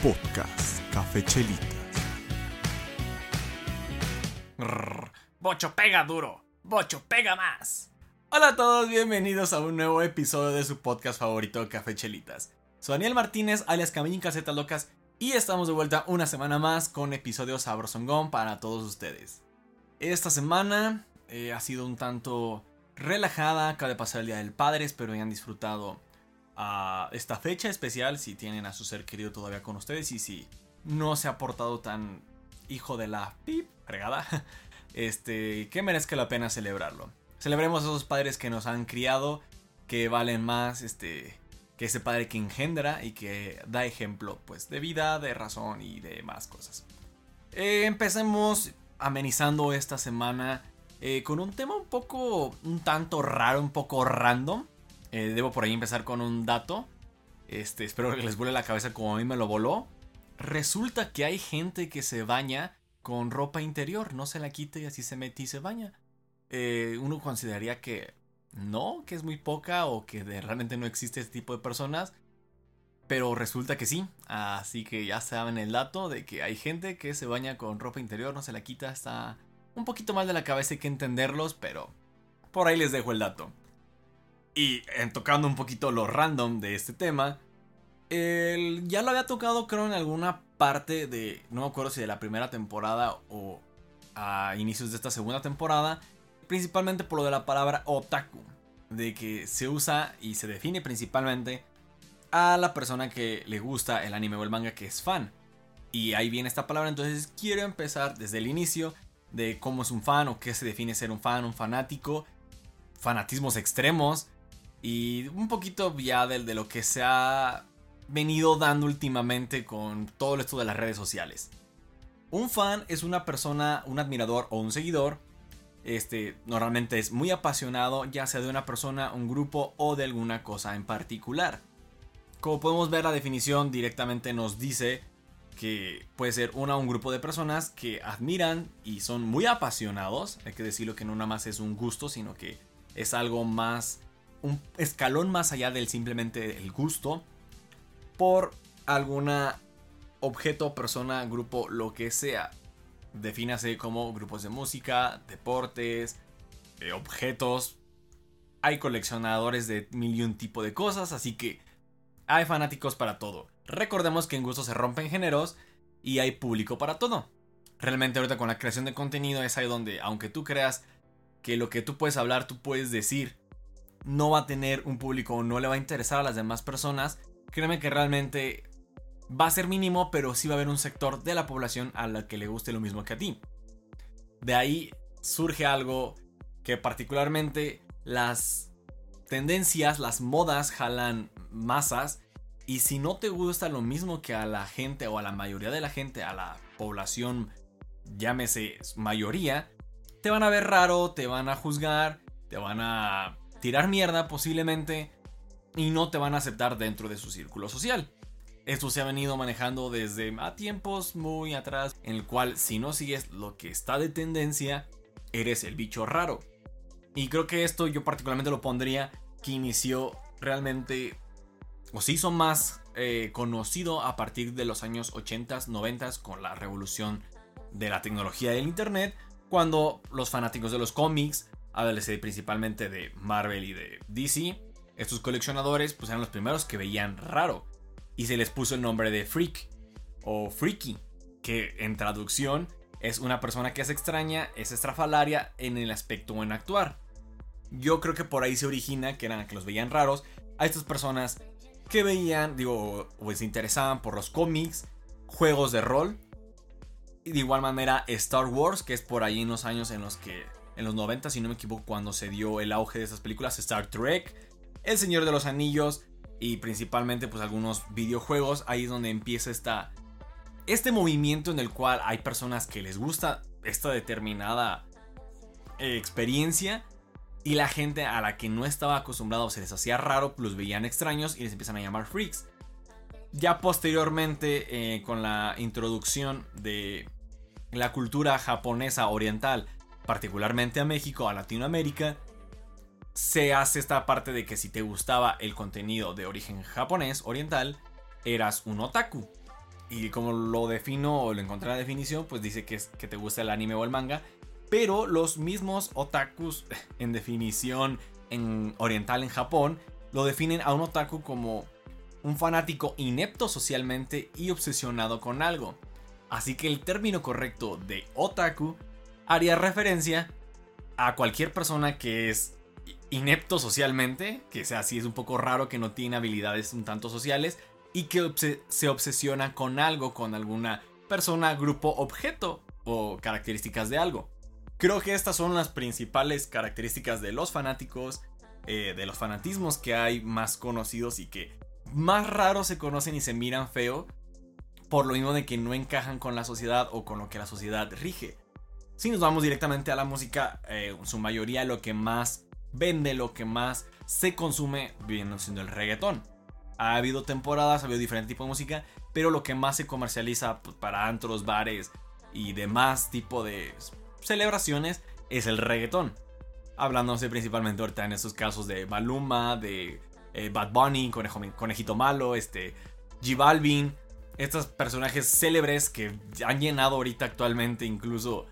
Podcast Café Chelitas. Bocho pega duro, Bocho pega más. Hola a todos, bienvenidos a un nuevo episodio de su podcast favorito, Café Chelitas. Soy Daniel Martínez, alias Camín Casetas Locas, y estamos de vuelta una semana más con episodios sabrosongón para todos ustedes. Esta semana ha sido un tanto relajada, acaba de pasar el Día del Padre, espero hayan disfrutado esta fecha especial si tienen a su ser querido todavía con ustedes y si no se ha portado tan hijo de la fregada, que merezca la pena celebrarlo. Celebremos a esos padres que nos han criado, que valen más que ese padre que engendra y que da ejemplo pues de vida, de razón y de más cosas. Empecemos amenizando esta semana con un tema un tanto raro, un poco random. Debo por ahí empezar con un dato. Espero que les vuele la cabeza como a mí me lo voló. Resulta que hay gente que se baña con ropa interior, no se la quita y así se mete y se baña. Uno consideraría que no, que es muy poca o que realmente no existe este tipo de personas. Pero resulta que sí. Así que ya saben el dato de que hay gente que se baña con ropa interior, no se la quita. Está un poquito mal de la cabeza, hay que entenderlos, pero por ahí les dejo el dato. Y tocando un poquito lo random de este tema, ya lo había tocado creo en alguna parte de, no me acuerdo si de la primera temporada o a inicios de esta segunda temporada, principalmente por lo de la palabra otaku, de que se usa y se define principalmente a la persona que le gusta el anime o el manga, que es fan. Y ahí viene esta palabra, entonces quiero empezar desde el inicio de cómo es un fan o qué se define ser un fan, un fanático, fanatismos extremos. Y un poquito ya de lo que se ha venido dando últimamente con todo esto de las redes sociales. Un fan es una persona, un admirador o un seguidor. Normalmente es muy apasionado, ya sea de una persona, un grupo o de alguna cosa en particular. Como podemos ver, la definición directamente nos dice que puede ser un grupo de personas que admiran y son muy apasionados. Hay que decirlo que no nada más es un gusto, sino que es algo más, un escalón más allá del simplemente el gusto por alguna objeto, persona, grupo, lo que sea. Defínase como grupos de música, deportes, objetos. Hay coleccionadores de mil y un tipo de cosas, así que hay fanáticos para todo. Recordemos que en gusto se rompen géneros y hay público para todo. Realmente ahorita con la creación de contenido es ahí donde, aunque tú creas que lo que tú puedes hablar, tú puedes decir, no va a tener un público o no le va a interesar a las demás personas, créeme que realmente va a ser mínimo, pero sí va a haber un sector de la población a la que le guste lo mismo que a ti. De ahí surge algo que particularmente las tendencias, las modas jalan masas, y si no te gusta lo mismo que a la gente o a la mayoría de la gente, a la población, llámese mayoría, te van a ver raro, te van a juzgar, te van a tirar mierda posiblemente y no te van a aceptar dentro de su círculo social. Esto se ha venido manejando desde a tiempos muy atrás, en el cual si no sigues lo que está de tendencia, eres el bicho raro. Y creo que esto yo particularmente lo pondría que inició realmente o se hizo más conocido a partir de los años 80s, 90s con la revolución de la tecnología del internet, cuando los fanáticos de los cómics, háblese principalmente de Marvel y de DC, estos coleccionadores pues eran los primeros que veían raro y se les puso el nombre de freak o freaky, que en traducción es una persona que es extraña, es estrafalaria en el aspecto o en actuar. Yo creo que por ahí se origina que los veían raros a estas personas que veían, o se interesaban por los cómics, juegos de rol, y de igual manera Star Wars, que es por ahí en los años en los 90, si no me equivoco, cuando se dio el auge de esas películas, Star Trek, El Señor de los Anillos y principalmente pues algunos videojuegos. Ahí es donde empieza este movimiento en el cual hay personas que les gusta esta determinada experiencia y la gente a la que no estaba acostumbrada o se les hacía raro, pues los veían extraños y les empiezan a llamar freaks. Ya posteriormente, con la introducción de la cultura japonesa oriental, particularmente a México, a Latinoamérica, se hace esta parte de que si te gustaba el contenido de origen japonés, oriental, eras un otaku. y como lo defino o lo encontré en la definición, pues dice que es que te gusta el anime o el manga. Pero los mismos otakus, en definición en oriental en Japón, lo definen a un otaku como un fanático inepto socialmente y obsesionado con algo. Así que el término correcto de otaku haría referencia a cualquier persona que es inepto socialmente, que sea así, es un poco raro, que no tiene habilidades un tanto sociales y que se obsesiona con algo, con alguna persona, grupo, objeto o características de algo. Creo que estas son las principales características de los fanáticos, de los fanatismos que hay más conocidos y que más raros se conocen y se miran feo por lo mismo de que no encajan con la sociedad o con lo que la sociedad rige. Si nos vamos directamente a la música, en su mayoría lo que más vende, lo que más se consume viene siendo el reggaetón. Ha habido temporadas, ha habido diferentes tipos de música, pero lo que más se comercializa para antros, bares y demás tipo de celebraciones es el reggaetón. Hablándose principalmente ahorita en estos casos de Maluma, de Bad Bunny, Conejito Malo, J Balvin, estos personajes célebres que han llenado ahorita actualmente incluso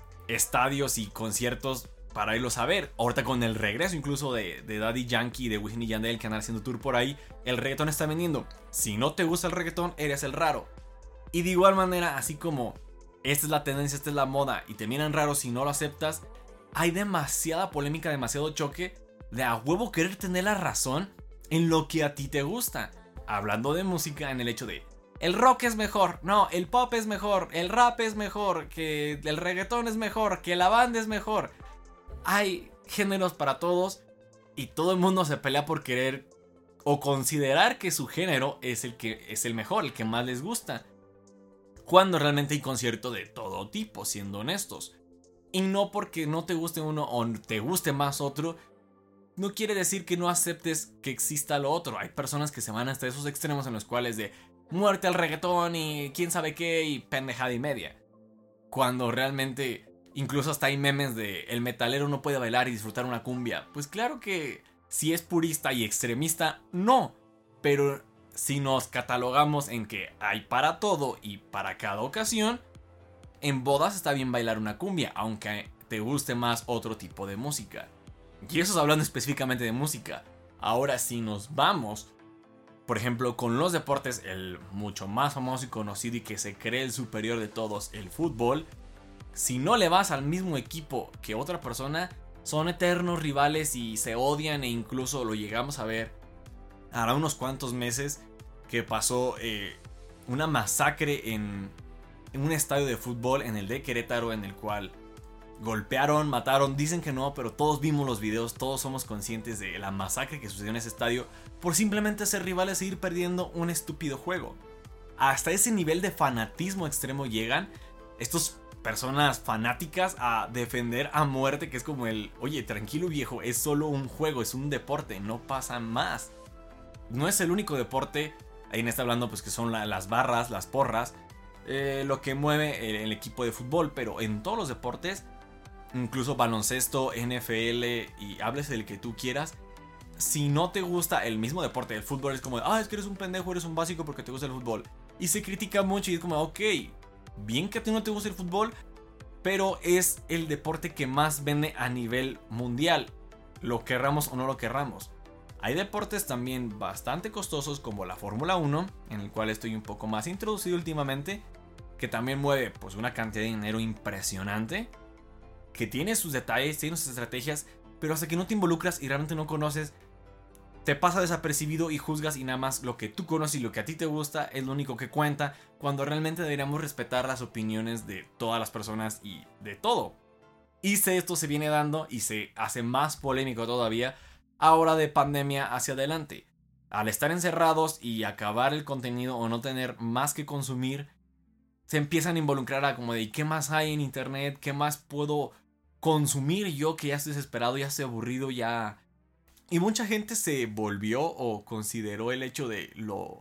estadios y conciertos para irlos a ver. Ahorita con el regreso incluso de Daddy Yankee y de Wisin y Yandel que andan haciendo tour por ahí, el reggaetón está vendiendo. Si no te gusta el reggaetón, eres el raro. Y de igual manera, así como esta es la tendencia, esta es la moda y te miran raro si no lo aceptas, hay demasiada polémica, demasiado choque de a huevo querer tener la razón en lo que a ti te gusta. Hablando de música, en el hecho de el rock es mejor, no, el pop es mejor, el rap es mejor, que el reggaetón es mejor, que la banda es mejor. Hay géneros para todos y todo el mundo se pelea por querer o considerar que su género es el que es el mejor, el que más les gusta. Cuando realmente hay conciertos de todo tipo, siendo honestos. Y no porque no te guste uno o te guste más otro, no quiere decir que no aceptes que exista lo otro. Hay personas que se van hasta esos extremos en los cuales de muerte al reggaetón y quién sabe qué y pendejada y media. Cuando realmente incluso hasta hay memes de el metalero no puede bailar y disfrutar una cumbia. Pues claro que si es purista y extremista, no. Pero si nos catalogamos en que hay para todo y para cada ocasión, en bodas está bien bailar una cumbia, aunque te guste más otro tipo de música. Y eso es hablando específicamente de música. Ahora si nos vamos, por ejemplo, con los deportes, el mucho más famoso y conocido y que se cree el superior de todos, el fútbol. Si no le vas al mismo equipo que otra persona, son eternos rivales y se odian e incluso lo llegamos a ver. Hará unos cuantos meses que pasó una masacre en un estadio de fútbol, en el de Querétaro, en el cual golpearon, mataron, dicen que no, pero todos vimos los videos, todos somos conscientes de la masacre que sucedió en ese estadio por simplemente ser rivales e ir perdiendo un estúpido juego. Hasta ese nivel de fanatismo extremo llegan estas personas fanáticas a defender a muerte, que es como el, oye, tranquilo viejo, es solo un juego, es un deporte, no pasa más. No es el único deporte, ahí está hablando pues que son las barras, las porras, lo que mueve el equipo de fútbol, pero en todos los deportes, incluso baloncesto, NFL y hables del que tú quieras, si no te gusta el mismo deporte, el fútbol es como, es que eres un pendejo, eres un básico porque te gusta el fútbol. Y se critica mucho y es como, ok, bien que a ti no te gusta el fútbol, pero es el deporte que más vende a nivel mundial, lo querramos o no lo querramos. Hay deportes también bastante costosos como la Fórmula 1, en el cual estoy un poco más introducido últimamente, que también mueve pues una cantidad de dinero impresionante, que tiene sus detalles, tiene sus estrategias, pero hasta que no te involucras y realmente no conoces, te pasa desapercibido y juzgas y nada más lo que tú conoces y lo que a ti te gusta es lo único que cuenta, cuando realmente deberíamos respetar las opiniones de todas las personas y de todo. Y esto se viene dando y se hace más polémico todavía ahora de pandemia hacia adelante. Al estar encerrados y acabar el contenido o no tener más que consumir, se empiezan a involucrar a como de ¿qué más hay en internet? ¿Qué más puedo consumir yo que ya estoy desesperado, ya estoy aburrido, ya? Y mucha gente se volvió o consideró el hecho de lo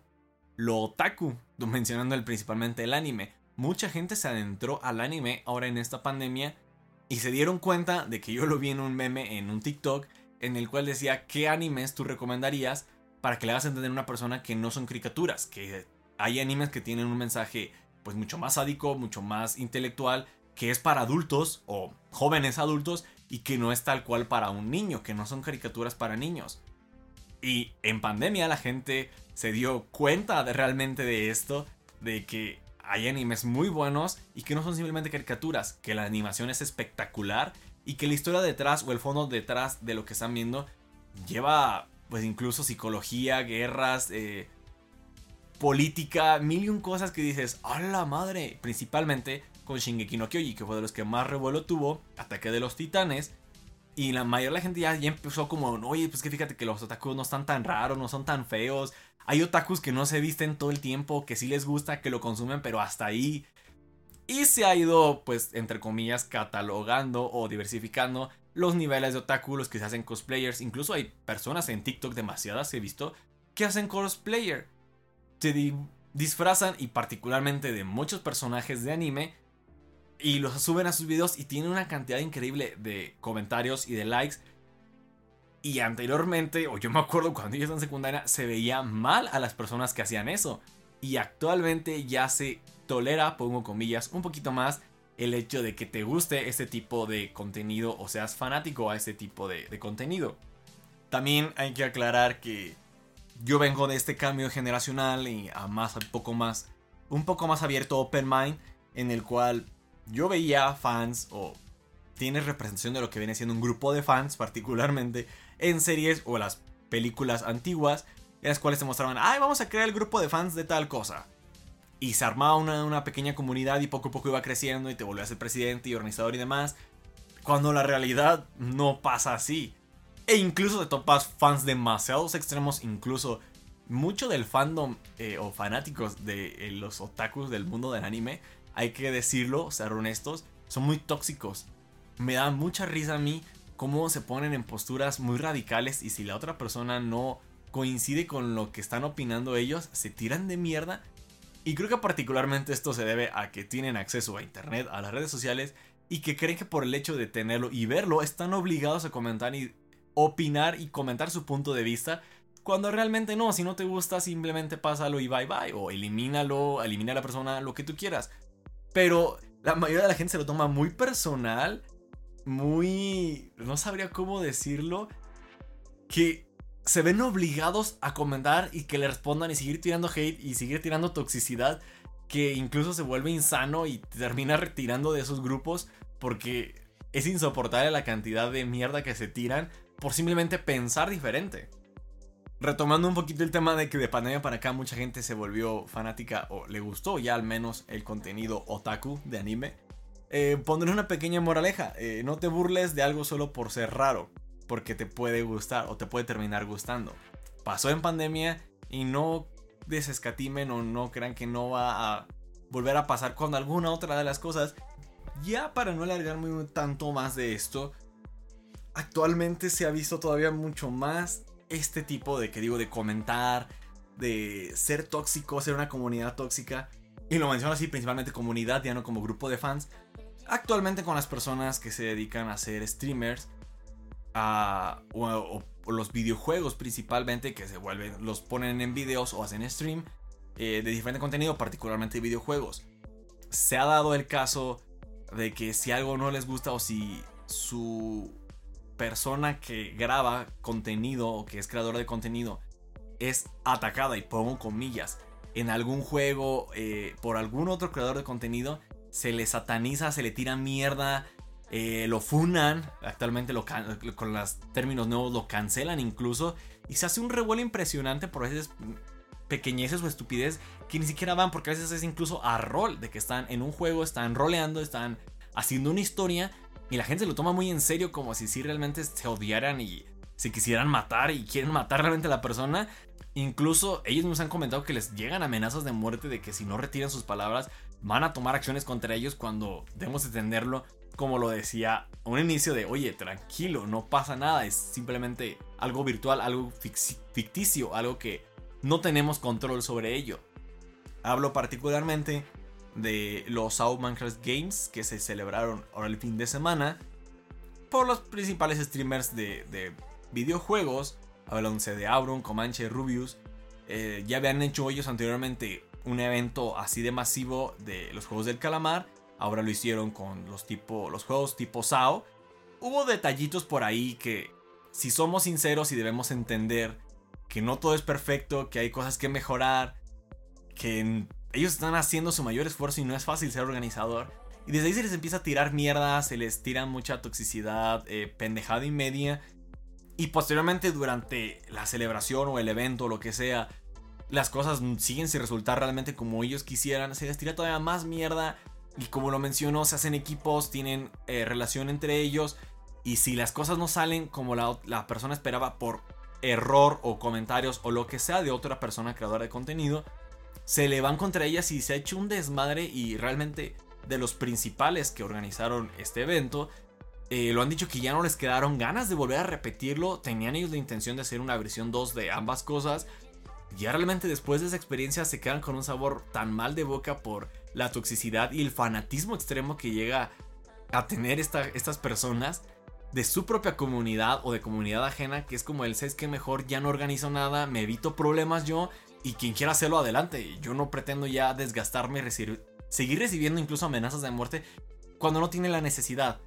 otaku, mencionando principalmente el anime. Mucha gente se adentró al anime ahora en esta pandemia y se dieron cuenta de que yo lo vi en un meme en un TikTok en el cual decía qué animes tú recomendarías para que le hagas entender a una persona que no son caricaturas, que hay animes que tienen un mensaje pues mucho más sádico, mucho más intelectual, que es para adultos o jóvenes adultos y que no es tal cual para un niño, que no son caricaturas para niños. Y en pandemia la gente se dio cuenta realmente de esto, de que hay animes muy buenos y que no son simplemente caricaturas, que la animación es espectacular y que la historia detrás o el fondo detrás de lo que están viendo lleva pues incluso psicología, guerras, política, mil y un cosas que dices, ¡a la madre! Principalmente con Shingeki no Kyojin, que fue de los que más revuelo tuvo, Ataque de los Titanes. Y la mayoría de la gente ya empezó como, oye, pues que fíjate que los otakus no están tan raros, no son tan feos. Hay otakus que no se visten todo el tiempo, que sí les gusta, que lo consumen, pero hasta ahí. Y se ha ido, pues, entre comillas, catalogando o diversificando los niveles de otaku, los que se hacen cosplayers. Incluso hay personas en TikTok, demasiadas he visto, que hacen cosplayer. Se disfrazan, y particularmente de muchos personajes de anime, y los suben a sus videos y tienen una cantidad increíble de comentarios y de likes. Y anteriormente, o yo me acuerdo cuando yo estaba en secundaria, se veía mal a las personas que hacían eso. Y actualmente ya se tolera, pongo comillas, un poquito más el hecho de que te guste este tipo de contenido o seas fanático a este tipo de contenido. También hay que aclarar que yo vengo de este cambio generacional y a un poco más abierto, open mind, en el cual yo veía fans o tienes representación de lo que viene siendo un grupo de fans, particularmente en series o las películas antiguas, en las cuales te mostraban, ay, vamos a crear el grupo de fans de tal cosa. Y se armaba una pequeña comunidad y poco a poco iba creciendo y te volvías el presidente y organizador y demás. Cuando la realidad no pasa así. E incluso te topas fans demasiados extremos, incluso mucho del fandom o fanáticos de los otakus del mundo del anime, hay que decirlo, ser honestos, son muy tóxicos. Me da mucha risa a mí cómo se ponen en posturas muy radicales y si la otra persona no coincide con lo que están opinando ellos, se tiran de mierda. Y creo que particularmente esto se debe a que tienen acceso a internet, a las redes sociales, y que creen que por el hecho de tenerlo y verlo están obligados a comentar y opinar y comentar su punto de vista, cuando realmente no. Si no te gusta, simplemente pásalo y bye bye, o elimina a la persona, lo que tú quieras. Pero la mayoría de la gente se lo toma muy personal, muy... no sabría cómo decirlo, que se ven obligados a comentar y que le respondan y seguir tirando hate y seguir tirando toxicidad, que incluso se vuelve insano y termina retirando de esos grupos porque es insoportable la cantidad de mierda que se tiran por simplemente pensar diferente. Retomando un poquito el tema de que de pandemia para acá mucha gente se volvió fanática o le gustó ya al menos el contenido otaku de anime, pondré una pequeña moraleja. No te burles de algo solo por ser raro, porque te puede gustar o te puede terminar gustando. Pasó en pandemia y no desescatimen o no crean que no va a volver a pasar con alguna otra de las cosas. Ya para no alargarme tanto más de esto, actualmente se ha visto todavía mucho más este tipo de comentar, de ser tóxico, ser una comunidad tóxica. Y lo menciono así, principalmente comunidad, ya no como grupo de fans. Actualmente con las personas que se dedican a ser streamers, o los videojuegos principalmente, que los ponen en videos o hacen stream de diferente contenido, particularmente videojuegos. Se ha dado el caso de que si algo no les gusta o si su persona que graba contenido o que es creador de contenido es atacada, y pongo comillas, en algún juego por algún otro creador de contenido, se le sataniza, se le tira mierda, lo funan, actualmente con los términos nuevos lo cancelan incluso, y se hace un revuelo impresionante por esas pequeñeces o estupidez que ni siquiera van, porque a veces es incluso a rol, de que están en un juego, están roleando, están haciendo una historia y la gente se lo toma muy en serio, como si realmente se odiaran y se quisieran matar y quieren matar realmente a la persona. Incluso ellos nos han comentado que les llegan amenazas de muerte, de que si no retiran sus palabras van a tomar acciones contra ellos, cuando debemos entenderlo como lo decía a un inicio de, oye, tranquilo, no pasa nada, es simplemente algo virtual, algo ficticio, algo que no tenemos control sobre ello. Hablo particularmente de los South Minecraft Games que se celebraron ahora el fin de semana por los principales streamers de videojuegos. Háblanse de Auron, Comanche, Rubius. Ya habían hecho ellos anteriormente un evento así de masivo de los Juegos del Calamar. Ahora lo hicieron con los juegos tipo SAO. Hubo detallitos por ahí que, si somos sinceros y debemos entender que no todo es perfecto, que hay cosas que mejorar, que ellos están haciendo su mayor esfuerzo y no es fácil ser organizador. Y desde ahí se les empieza a tirar mierda, se les tira mucha toxicidad, pendejada y media. Y posteriormente durante la celebración o el evento o lo que sea, las cosas siguen sin resultar realmente como ellos quisieran. Se les tira todavía más mierda. Y como lo mencionó, se hacen equipos, tienen relación entre ellos. Y si las cosas no salen como la persona esperaba por error o comentarios o lo que sea de otra persona creadora de contenido, se le van contra ellas y se ha hecho un desmadre. Y realmente de los principales que organizaron este evento, lo han dicho que ya no les quedaron ganas de volver a repetirlo. Tenían ellos la intención de hacer una versión 2 de ambas cosas. Ya realmente después de esa experiencia se quedan con un sabor tan mal de boca por la toxicidad y el fanatismo extremo que llega a tener estas personas de su propia comunidad o de comunidad ajena, que es como el ¿sabes qué? Mejor ya no organizo nada, me evito problemas yo, y quien quiera hacerlo adelante. Yo no pretendo ya desgastarme y seguir recibiendo incluso amenazas de muerte cuando no tiene la necesidad.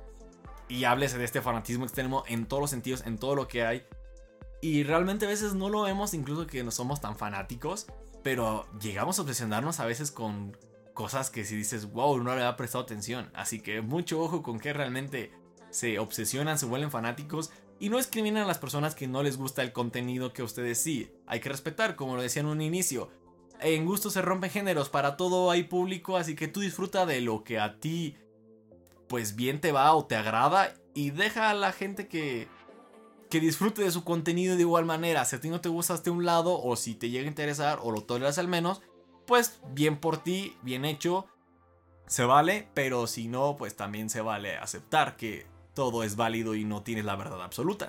Y háblese de este fanatismo extremo en todos los sentidos, en todo lo que hay. Y realmente a veces no lo vemos, incluso que no somos tan fanáticos, pero llegamos a obsesionarnos a veces con cosas que si dices, wow, no le había prestado atención. Así que mucho ojo con que realmente se obsesionan, se vuelven fanáticos. Y no discriminan a las personas que no les gusta el contenido que a ustedes sí. Hay que respetar, como lo decía en un inicio. En gusto se rompen géneros, para todo hay público, así que tú disfruta de lo que a ti pues bien te va o te agrada. Y deja a la gente que disfrute de su contenido de igual manera. Si a ti no te gusta hasta un lado, o si te llega a interesar o lo toleras al menos, pues bien por ti, bien hecho, se vale. Pero si no, pues también se vale aceptar que todo es válido y no tienes la verdad absoluta.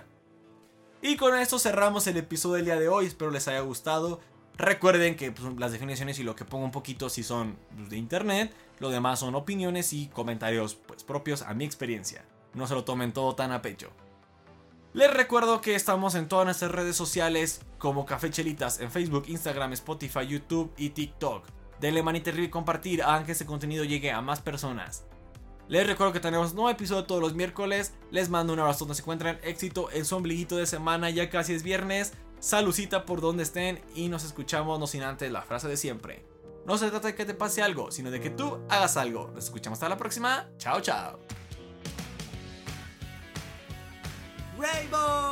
Y con esto cerramos el episodio del día de hoy. Espero les haya gustado. Recuerden que pues, las definiciones y lo que pongo un poquito sí son de internet. Lo demás son opiniones y comentarios pues, propios a mi experiencia. No se lo tomen todo tan a pecho. Les recuerdo que estamos en todas nuestras redes sociales como Café Chelitas en Facebook, Instagram, Spotify, YouTube y TikTok. Denle manita arriba y compartir, hagan que este contenido llegue a más personas. Les recuerdo que tenemos nuevo episodio todos los miércoles. Les mando un abrazo donde se encuentran, éxito en su ombliguito de semana, ya casi es viernes. Salucita por donde estén y nos escuchamos, no sin antes la frase de siempre. No se trata de que te pase algo, sino de que tú hagas algo. Nos escuchamos hasta la próxima. Chao, chao. Rainbow!